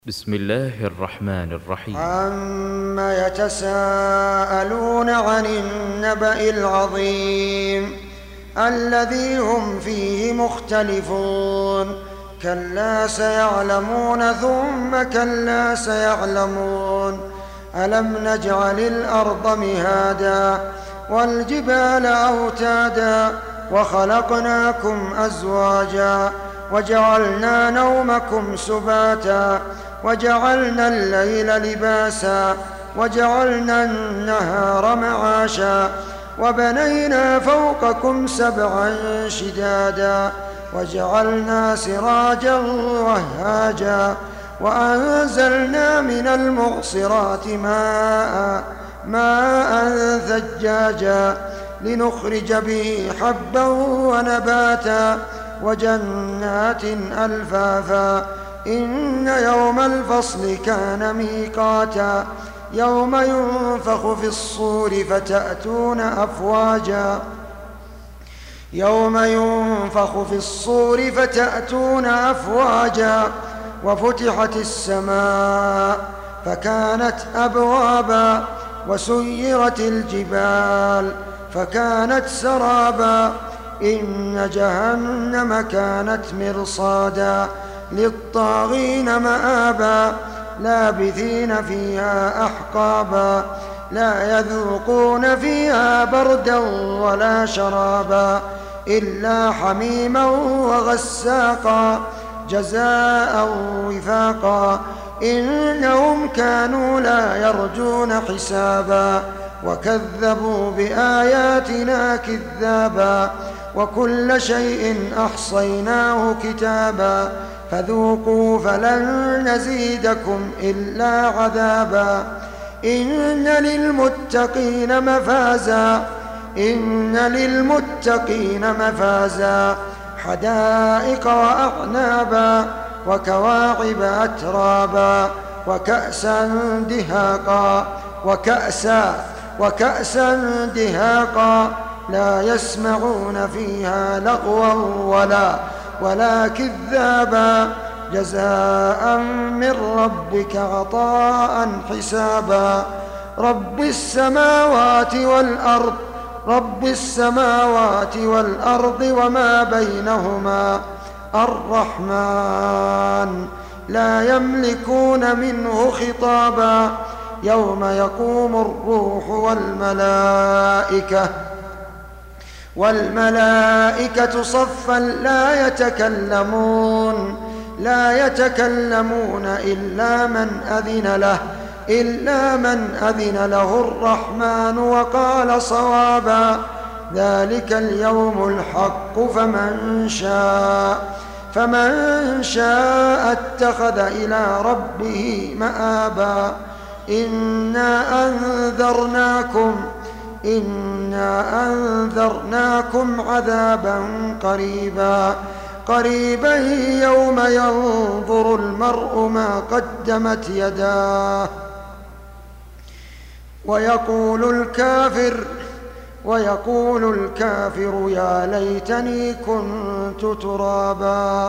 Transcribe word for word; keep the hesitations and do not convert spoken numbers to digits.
بسم الله الرحمن الرحيم. عما يتساءلون عن النبأ العظيم الذي هم فيه مختلفون كلا سيعلمون ثم كلا سيعلمون ألم نجعل الأرض مهادا والجبال أوتادا وخلقناكم أزواجا وجعلنا نومكم سباتا وجعلنا الليل لباسا وجعلنا النهار معاشا وبنينا فوقكم سبعا شدادا وجعلنا سراجا وهاجا وأنزلنا من المعصرات ماء ماء ثجاجا لنخرج به حبا ونباتا وجنات ألفافا إن يوم الفصل كان ميقاتا يوم ينفخ في الصور فتأتون أفواجا يوم ينفخ في الصور فتأتون أفواجا وفتحت السماء فكانت أبوابا وسيرت الجبال فكانت سرابا إن جهنم كانت مرصادا للطاغين مآبا لابثين فيها أحقابا لا يذوقون فيها بردا ولا شرابا إلا حميما وغساقا جزاء وفاقا إنهم كانوا لا يرجون حسابا وكذبوا بآياتنا كذابا وكل شيء أحصيناه كتابا فذوقوا فلن نزيدكم إلا عذابا إن للمتقين مفازا إن للمتقين مفازا حدائق وأعنابا وكواعب أترابا وكأسا دهاقا وكأسا وكأسا دهاقا لا يسمعون فيها لغوا ولا ولا كذابا جزاء من ربك عطاء حسابا رب السماوات والأرض رب السماوات والأرض وما بينهما الرحمن لا يملكون منه خطابا يوم يقوم الروح والملائكة والملائكة صفا لا يتكلمون لا يتكلمون إلا من أذن له إلا من أذن له الرحمن وقال صوابا ذلك اليوم الحق فمن شاء فمن شاء اتخذ إلى ربه مآبا إنا أنذرناكم إنا أنذرناكم عذابا قريبا قريبا يوم ينظر المرء ما قدمت يداه ويقول الكافر ويقول الكافر يا ليتني كنت ترابا.